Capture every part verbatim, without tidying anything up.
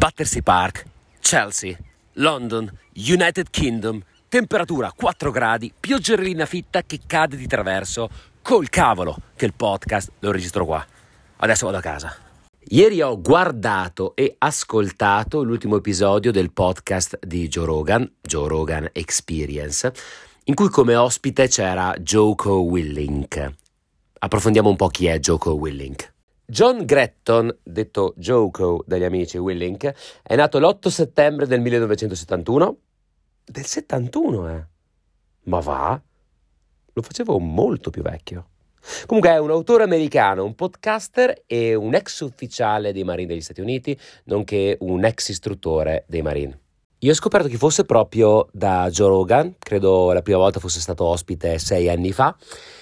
Battersea Park, Chelsea, London, United Kingdom, temperatura quattro gradi, pioggerellina fitta che cade di traverso, col cavolo che il podcast lo registro qua. Adesso vado a casa. Ieri ho guardato e ascoltato l'ultimo episodio del podcast di Joe Rogan, Joe Rogan Experience, in cui come ospite c'era Jocko Willink. Approfondiamo un po' chi è Jocko Willink. John Gretton, detto Jocko dagli amici Willink, è nato l'otto settembre del millenovecentosettantuno. Del settantuno, eh? Ma va? Lo facevo molto più vecchio. Comunque è un autore americano, un podcaster e un ex ufficiale dei Marine degli Stati Uniti, nonché un ex istruttore dei Marine. Io ho scoperto chi fosse proprio da Joe Rogan, credo la prima volta fosse stato ospite sei anni fa,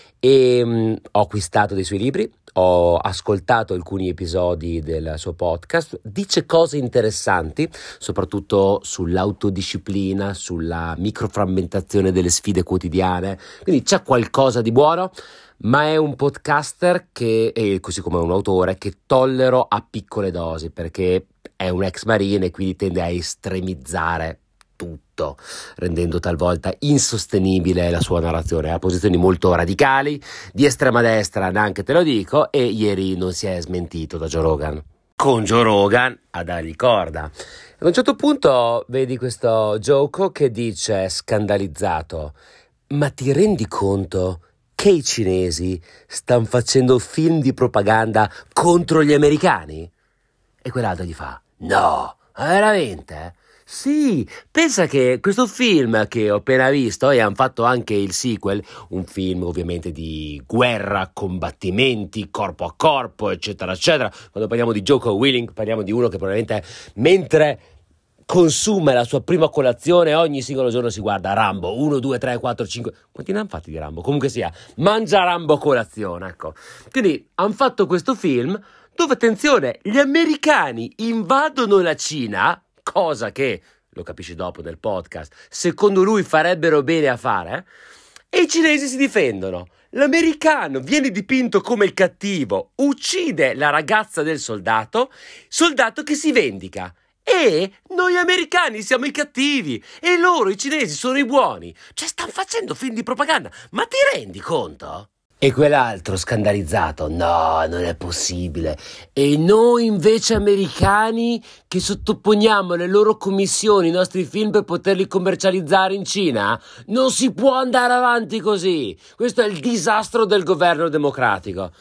e mh, ho acquistato dei suoi libri, ho ascoltato alcuni episodi del suo podcast, dice cose interessanti, soprattutto sull'autodisciplina, sulla microframmentazione delle sfide quotidiane, quindi c'è qualcosa di buono, ma è un podcaster che, e così come un autore, che tollero a piccole dosi, perché è un ex marine e quindi tende a estremizzare tutto, rendendo talvolta insostenibile la sua narrazione. Ha posizioni molto radicali, di estrema destra neanche te lo dico, e ieri non si è smentito da Joe Rogan. Con Joe Rogan a dargli corda. Ad un certo punto vedi questo Jocko che dice, scandalizzato: ma ti rendi conto che i cinesi stanno facendo film di propaganda contro gli americani? E quell'altro gli fa: no, veramente? Sì, pensa che questo film che ho appena visto, e hanno fatto anche il sequel, un film ovviamente di guerra, combattimenti, corpo a corpo, eccetera, eccetera. Quando parliamo di Jocko Willink parliamo di uno che probabilmente mentre consuma la sua prima colazione ogni singolo giorno si guarda Rambo uno, due, tre, quattro, cinque. Quanti ne hanno fatti di Rambo? Comunque sia, mangia Rambo colazione, ecco. Quindi hanno fatto questo film dove, attenzione, gli americani invadono la Cina, cosa che, lo capisci dopo nel podcast, secondo lui farebbero bene a fare, e i cinesi si difendono. L'americano viene dipinto come il cattivo, uccide la ragazza del soldato, soldato che si vendica. E noi americani siamo i cattivi e loro, i cinesi, sono i buoni. Cioè, stanno facendo film di propaganda, ma ti rendi conto? E quell'altro scandalizzato: no, non è possibile. E noi invece americani che sottoponiamo alle loro commissioni i nostri film per poterli commercializzare in Cina? Non si può andare avanti così. Questo è il disastro del governo democratico.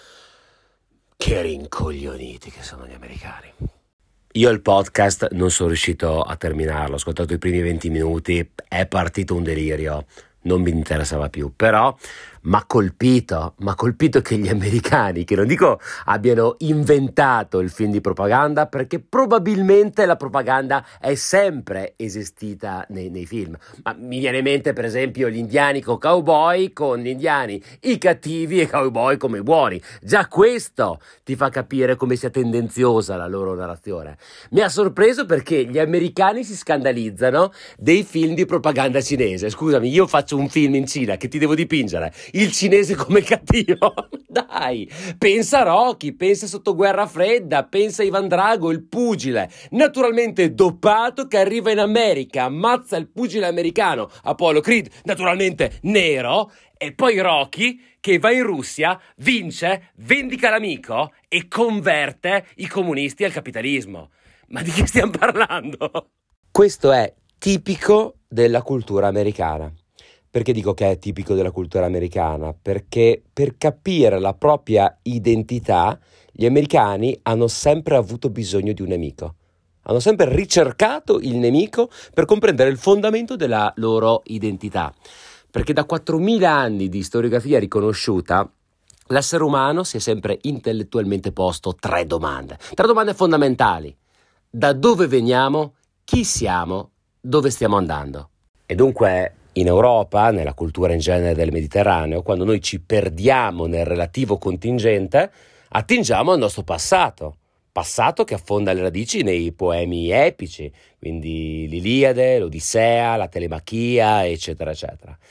Che rincoglioniti che sono gli americani. Io il podcast non sono riuscito a terminarlo, ho ascoltato i primi venti minuti, è partito un delirio, non mi interessava più, però m'ha colpito, m'ha colpito che gli americani, che non dico abbiano inventato il film di propaganda, perché probabilmente la propaganda è sempre esistita nei, nei film, ma mi viene in mente per esempio gli indiani con cowboy, con gli indiani i cattivi e i cowboy come i buoni. Già questo ti fa capire come sia tendenziosa la loro narrazione. Mi ha sorpreso perché gli americani si scandalizzano dei film di propaganda cinese. Scusami, io faccio un film in Cina, che ti devo dipingere? Il cinese come cattivo? Dai, pensa a Rocky, pensa sotto guerra fredda, pensa a Ivan Drago, il pugile, naturalmente dopato, che arriva in America, ammazza il pugile americano, Apollo Creed, naturalmente nero, e poi Rocky che va in Russia, vince, vendica l'amico e converte i comunisti al capitalismo. Ma di che stiamo parlando? Questo è tipico della cultura americana. Perché dico che è tipico della cultura americana? Perché per capire la propria identità, gli americani hanno sempre avuto bisogno di un nemico. Hanno sempre ricercato il nemico per comprendere il fondamento della loro identità. Perché da quattromila anni di storiografia riconosciuta, l'essere umano si è sempre intellettualmente posto tre domande. Tre domande fondamentali. Da dove veniamo? Chi siamo? Dove stiamo andando? E dunque, in Europa, nella cultura in genere del Mediterraneo, quando noi ci perdiamo nel relativo contingente, attingiamo al nostro passato. Passato che affonda le radici nei poemi epici, quindi l'Iliade, l'Odissea, la Telemachia, eccetera, eccetera.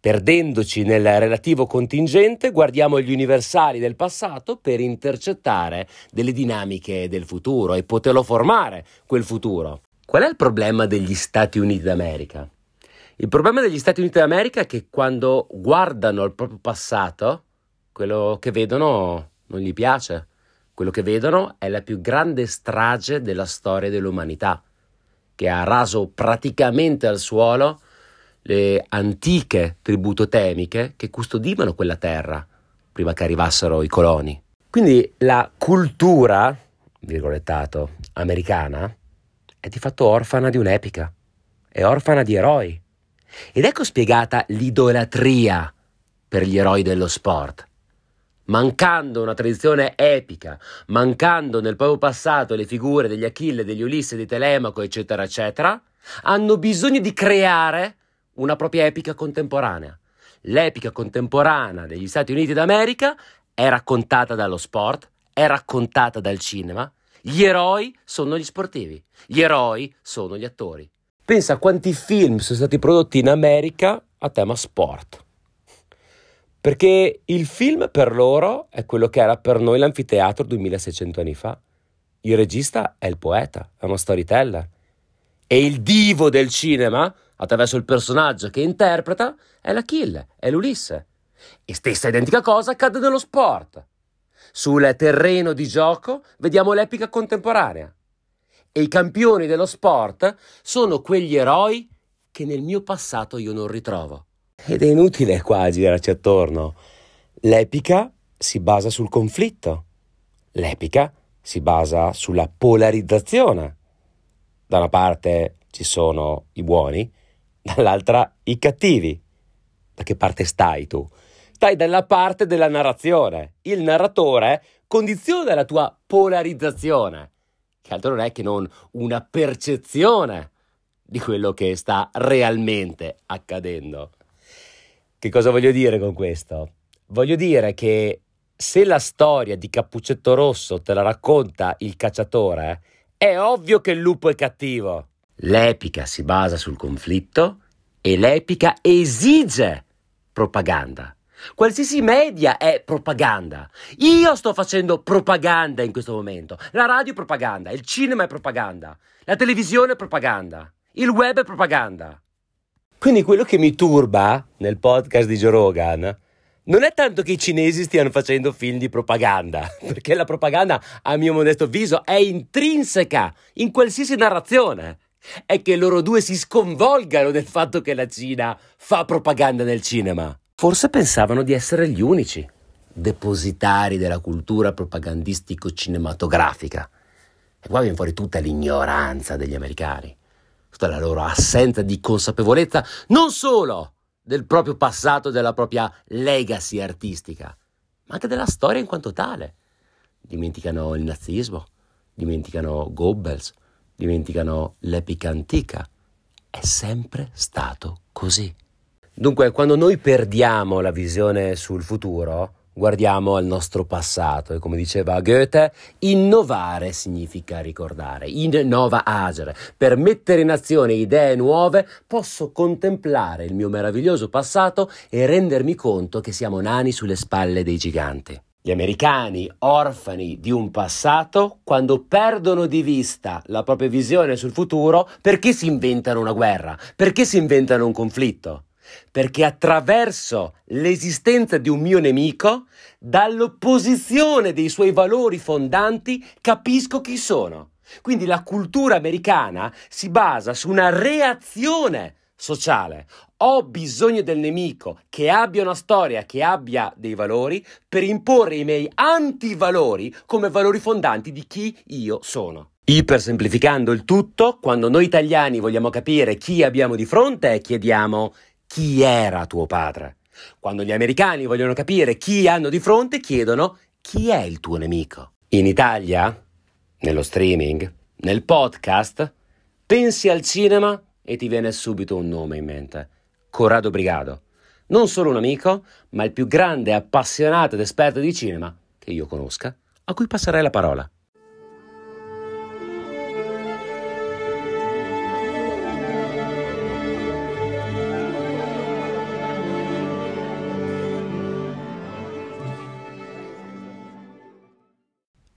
Perdendoci nel relativo contingente, guardiamo gli universali del passato per intercettare delle dinamiche del futuro e poterlo formare quel futuro. Qual è il problema degli Stati Uniti d'America? Il problema degli Stati Uniti d'America è che quando guardano il proprio passato, quello che vedono non gli piace. Quello che vedono è la più grande strage della storia dell'umanità, che ha raso praticamente al suolo le antiche tribù totemiche che custodivano quella terra prima che arrivassero i coloni. Quindi la cultura, virgolettato, americana è di fatto orfana di un'epica, è orfana di eroi. Ed ecco spiegata l'idolatria per gli eroi dello sport. Mancando una tradizione epica, mancando nel proprio passato le figure degli Achille, degli Ulisse, di Telemaco, eccetera, eccetera, hanno bisogno di creare una propria epica contemporanea. L'epica contemporanea degli Stati Uniti d'America è raccontata dallo sport, è raccontata dal cinema. Gli eroi sono gli sportivi, gli eroi sono gli attori. Pensa a quanti film sono stati prodotti in America a tema sport. Perché il film per loro è quello che era per noi l'anfiteatro duemilaseicento anni fa. Il regista è il poeta, è uno storyteller. E il divo del cinema, attraverso il personaggio che interpreta, è l'Achille, è l'Ulisse. E stessa identica cosa accade nello sport. Sul terreno di gioco vediamo l'epica contemporanea. E i campioni dello sport sono quegli eroi che nel mio passato io non ritrovo. Ed è inutile qua girarci attorno. L'epica si basa sul conflitto. L'epica si basa sulla polarizzazione. Da una parte ci sono i buoni, dall'altra i cattivi. Da che parte stai tu? Stai dalla parte della narrazione. Il narratore condiziona la tua polarizzazione, che altro non è che non una percezione di quello che sta realmente accadendo. Che cosa voglio dire con questo? Voglio dire che se la storia di Cappuccetto Rosso te la racconta il cacciatore, è ovvio che il lupo è cattivo. L'epica si basa sul conflitto e l'epica esige propaganda. Qualsiasi media è propaganda. Io sto facendo propaganda in questo momento. La radio è propaganda, il cinema è propaganda, la televisione è propaganda, il web è propaganda. Quindi quello che mi turba nel podcast di Joe Rogan non è tanto che i cinesi stiano facendo film di propaganda, perché la propaganda, a mio modesto avviso, è intrinseca in qualsiasi narrazione. È che loro due si sconvolgano del fatto che la Cina fa propaganda nel cinema. Forse pensavano di essere gli unici depositari della cultura propagandistico-cinematografica. E qua viene fuori tutta l'ignoranza degli americani, tutta la loro assenza di consapevolezza non solo del proprio passato e della propria legacy artistica, ma anche della storia in quanto tale. Dimenticano il nazismo, dimenticano Goebbels, dimenticano l'epica antica. È sempre stato così. Dunque, quando noi perdiamo la visione sul futuro, guardiamo al nostro passato e, come diceva Goethe, innovare significa ricordare, innova agere. Per mettere in azione idee nuove posso contemplare il mio meraviglioso passato e rendermi conto che siamo nani sulle spalle dei giganti. Gli americani, orfani di un passato, quando perdono di vista la propria visione sul futuro, perché si inventano una guerra? Perché si inventano un conflitto? Perché attraverso l'esistenza di un mio nemico, dall'opposizione dei suoi valori fondanti, capisco chi sono. Quindi la cultura americana si basa su una reazione sociale. Ho bisogno del nemico che abbia una storia, che abbia dei valori, per imporre i miei antivalori come valori fondanti di chi io sono. Ipersemplificando il tutto, quando noi italiani vogliamo capire chi abbiamo di fronte, chiediamo: chi era tuo padre? Quando gli americani vogliono capire chi hanno di fronte, chiedono: chi è il tuo nemico? In Italia, nello streaming, nel podcast, pensi al cinema e ti viene subito un nome in mente: Corrado Brigado. Non solo un amico, ma il più grande appassionato ed esperto di cinema che io conosca, a cui passerei la parola.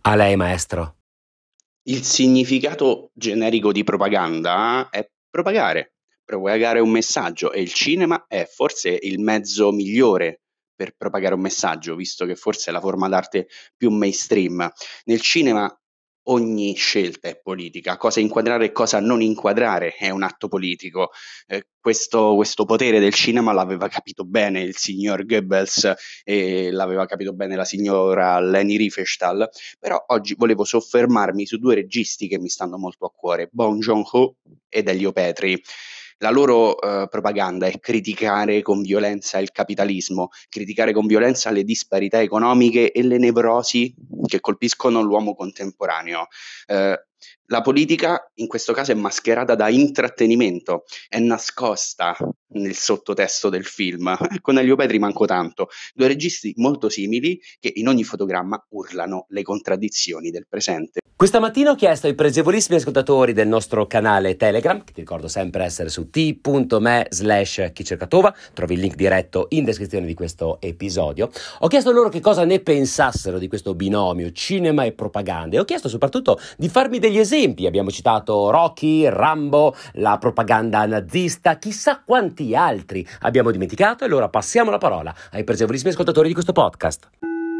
A lei, maestro. Il significato generico di propaganda è propagare, propagare un messaggio, e il cinema è forse il mezzo migliore per propagare un messaggio, visto che forse è la forma d'arte più mainstream. Nel cinema ogni scelta è politica, cosa inquadrare e cosa non inquadrare è un atto politico. Eh, questo, questo potere del cinema l'aveva capito bene il signor Goebbels e l'aveva capito bene la signora Leni Riefenstahl. Però oggi volevo soffermarmi su due registi che mi stanno molto a cuore, Bong Joon-ho ed Elio Petri. La loro eh, propaganda è criticare con violenza il capitalismo, criticare con violenza le disparità economiche e le nevrosi che colpiscono l'uomo contemporaneo. Eh, la politica in questo caso è mascherata da intrattenimento, è nascosta nel sottotesto del film. Con Elio Petri manco tanto. Due registi molto simili che in ogni fotogramma urlano le contraddizioni del presente. Questa mattina ho chiesto ai pregevolissimi ascoltatori del nostro canale Telegram, che ti ricordo sempre essere su t.me slash chicercatova, trovi il link diretto in descrizione di questo episodio, ho chiesto loro che cosa ne pensassero di questo binomio cinema e propaganda e ho chiesto soprattutto di farmi degli esempi. Abbiamo citato Rocky, Rambo, la propaganda nazista, chissà quanti altri abbiamo dimenticato, e allora passiamo la parola ai pregevolissimi ascoltatori di questo podcast.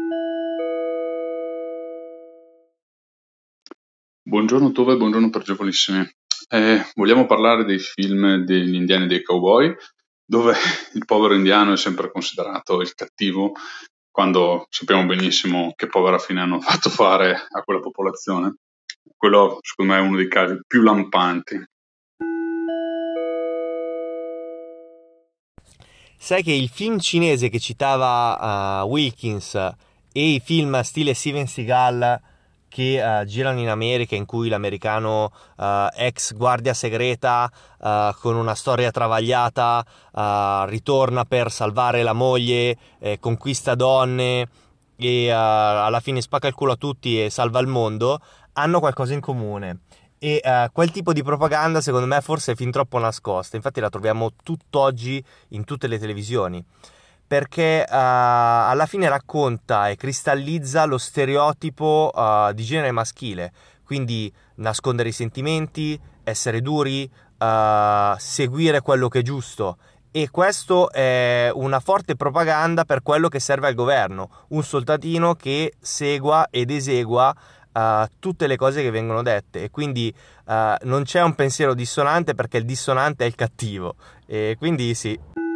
Buongiorno Tove, buongiorno pregevolissimi. Eh, vogliamo parlare dei film degli indiani e dei cowboy, dove il povero indiano è sempre considerato il cattivo, quando sappiamo benissimo che povera fine hanno fatto fare a quella popolazione. Quello, secondo me, è uno dei casi più lampanti. Sai che il film cinese che citava uh, Wilkins e i film stile Steven Seagal che uh, girano in America, in cui l'americano uh, ex guardia segreta uh, con una storia travagliata uh, ritorna per salvare la moglie, eh, conquista donne e uh, alla fine spacca il culo a tutti e salva il mondo, hanno qualcosa in comune. E uh, quel tipo di propaganda secondo me forse è fin troppo nascosta, infatti la troviamo tutt'oggi in tutte le televisioni, perché uh, alla fine racconta e cristallizza lo stereotipo uh, di genere maschile, quindi nascondere i sentimenti, essere duri, uh, seguire quello che è giusto, e questo è una forte propaganda per quello che serve al governo, un soldatino che segua ed esegua Uh, tutte le cose che vengono dette, e quindi uh, non c'è un pensiero dissonante, perché il dissonante è il cattivo, e quindi sì.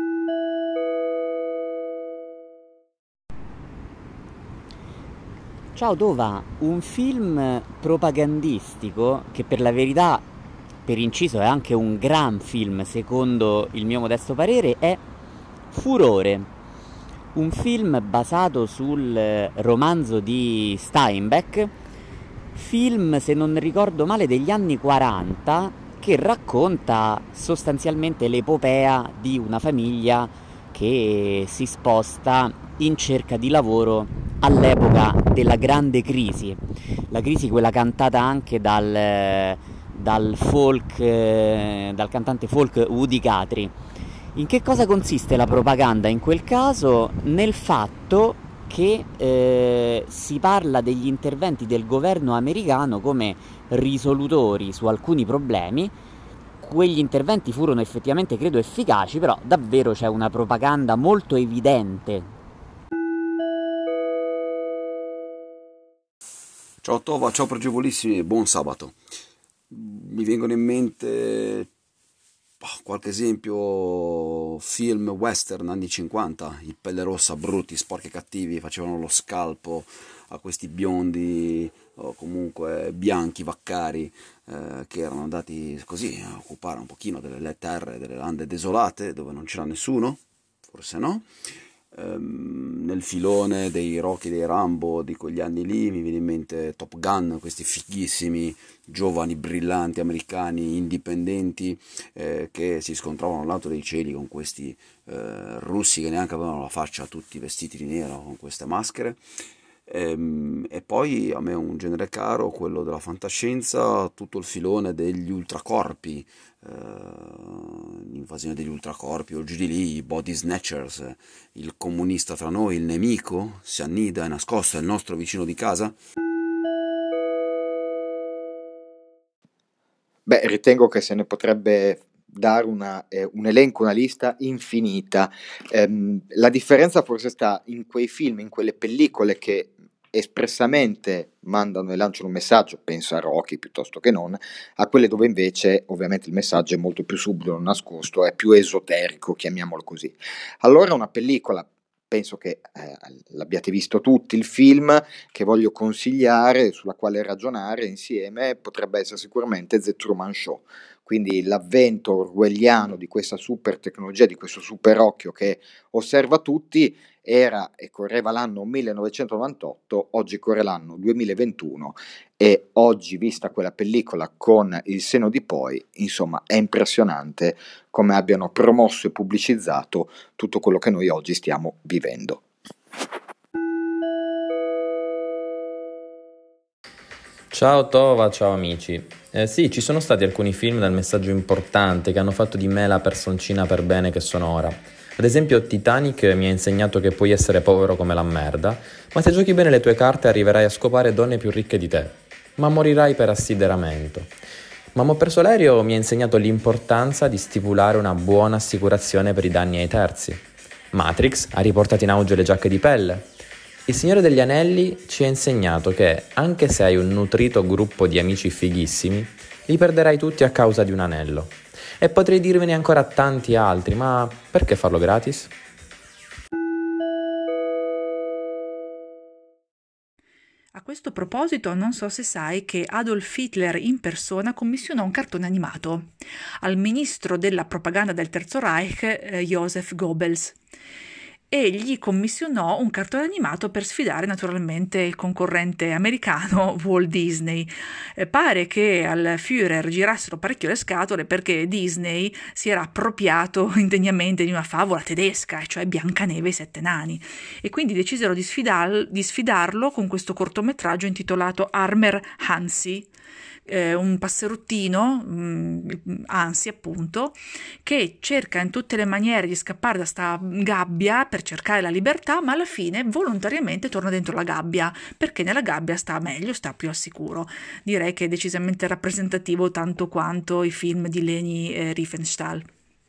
Ciao Dova, un film propagandistico che per la verità, per inciso, è anche un gran film secondo il mio modesto parere, è Furore, un film basato sul romanzo di Steinbeck, film, se non ricordo male, degli anni quaranta, che racconta sostanzialmente l'epopea di una famiglia che si sposta in cerca di lavoro all'epoca della grande crisi, la crisi quella cantata anche dal, dal folk, eh, dal cantante folk Woody Guthrie. In che cosa consiste la propaganda in quel caso? Nel fatto che eh, si parla degli interventi del governo americano come risolutori su alcuni problemi. Quegli interventi furono effettivamente, credo, efficaci, però davvero c'è una propaganda molto evidente. Ciao Tova, ciao pregevolissimi, buon sabato. Mi vengono in mente qualche esempio: film western anni cinquanta, il Pelle Rossa, brutti, sporchi e cattivi, facevano lo scalpo a questi biondi o comunque bianchi vaccari eh, che erano andati così a occupare un pochino delle terre, delle lande desolate dove non c'era nessuno, forse no. Ehm, nel filone dei Rocky, dei Rambo di quegli anni lì mi viene in mente Top Gun, questi fighissimi giovani brillanti americani indipendenti eh, che si scontravano all'alto dei cieli con questi eh, russi che neanche avevano la faccia tutti vestiti di nero con queste maschere. Ehm, e poi a me è un genere caro, quello della fantascienza, tutto il filone degli ultracorpi, eh, l'invasione degli ultracorpi o giù di lì, i body snatchers, il comunista tra noi, il nemico si annida, è nascosto, è il nostro vicino di casa. Beh, ritengo che se ne potrebbe dare una, eh, un elenco, una lista infinita. Ehm, la differenza forse sta in quei film, in quelle pellicole che espressamente mandano e lanciano un messaggio, penso a Rocky piuttosto che non, a quelle dove invece ovviamente il messaggio è molto più subdolo, nascosto, è più esoterico, chiamiamolo così. Allora una pellicola, penso che eh, l'abbiate visto tutti, il film che voglio consigliare, sulla quale ragionare insieme, potrebbe essere sicuramente The Truman Show. Quindi l'avvento orwelliano di questa super tecnologia, di questo super occhio che osserva tutti, era e correva l'anno millenovecentonovantotto, oggi corre l'anno duemilaventuno e oggi, vista quella pellicola con il senno di poi, insomma è impressionante come abbiano promosso e pubblicizzato tutto quello che noi oggi stiamo vivendo. Ciao Tova, ciao amici. Eh, sì, ci sono stati alcuni film dal messaggio importante che hanno fatto di me la personcina per bene che sono ora. Ad esempio Titanic mi ha insegnato che puoi essere povero come la merda, ma se giochi bene le tue carte arriverai a scopare donne più ricche di te, ma morirai per assideramento. Mamma perso l'aereo mi ha insegnato l'importanza di stipulare una buona assicurazione per i danni ai terzi. Matrix ha riportato in auge le giacche di pelle. Il Signore degli Anelli ci ha insegnato che, anche se hai un nutrito gruppo di amici fighissimi, li perderai tutti a causa di un anello. E potrei dirvene ancora tanti altri, ma perché farlo gratis? A questo proposito, non so se sai che Adolf Hitler in persona commissionò un cartone animato al ministro della propaganda del Terzo Reich, eh, Joseph Goebbels, e gli commissionò un cartone animato per sfidare naturalmente il concorrente americano Walt Disney. Eh, pare che al Führer girassero parecchio le scatole perché Disney si era appropriato indegnamente di una favola tedesca, cioè Biancaneve e i Sette Nani, e quindi decisero di, sfidar- di sfidarlo con questo cortometraggio intitolato Armer Hansi, Eh, un passerottino, mh, anzi appunto, che cerca in tutte le maniere di scappare da sta gabbia per cercare la libertà, ma alla fine volontariamente torna dentro la gabbia, perché nella gabbia sta meglio, sta più al sicuro. Direi che è decisamente rappresentativo tanto quanto i film di Leni eh, Riefenstahl.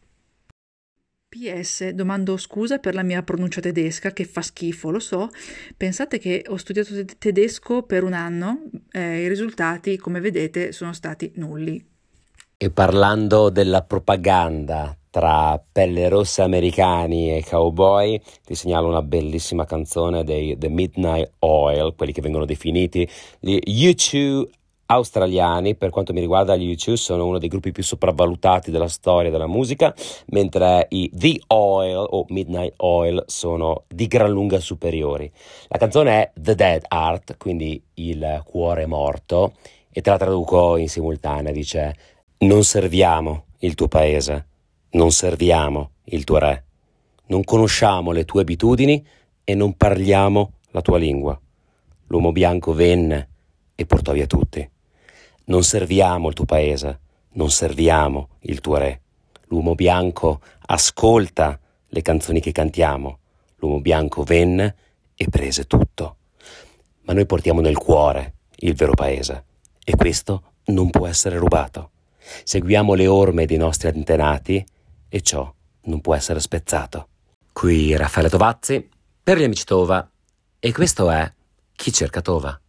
P S, domando scusa per la mia pronuncia tedesca, che fa schifo, lo so. Pensate che ho studiato te- tedesco per un anno, eh, i risultati, come vedete, sono stati nulli. E parlando della propaganda tra pelle rossa americani e cowboy, ti segnalo una bellissima canzone dei The Midnight Oil, quelli che vengono definiti gli U due australiani. Per quanto mi riguarda, gli U due sono uno dei gruppi più sopravvalutati della storia della musica, mentre i The Oil o Midnight Oil sono di gran lunga superiori. La canzone è The Dead Heart, quindi il cuore morto, e te la traduco in simultanea, dice: non serviamo il tuo paese, non serviamo il tuo re, non conosciamo le tue abitudini e non parliamo la tua lingua. L'uomo bianco venne e portò via tutti. Non serviamo il tuo paese, non serviamo il tuo re. L'uomo bianco ascolta le canzoni che cantiamo. L'uomo bianco venne e prese tutto. Ma noi portiamo nel cuore il vero paese e questo non può essere rubato. Seguiamo le orme dei nostri antenati e ciò non può essere spezzato. Qui Raffaele Tovazzi per gli amici Tova, e questo è Chi cerca Tova.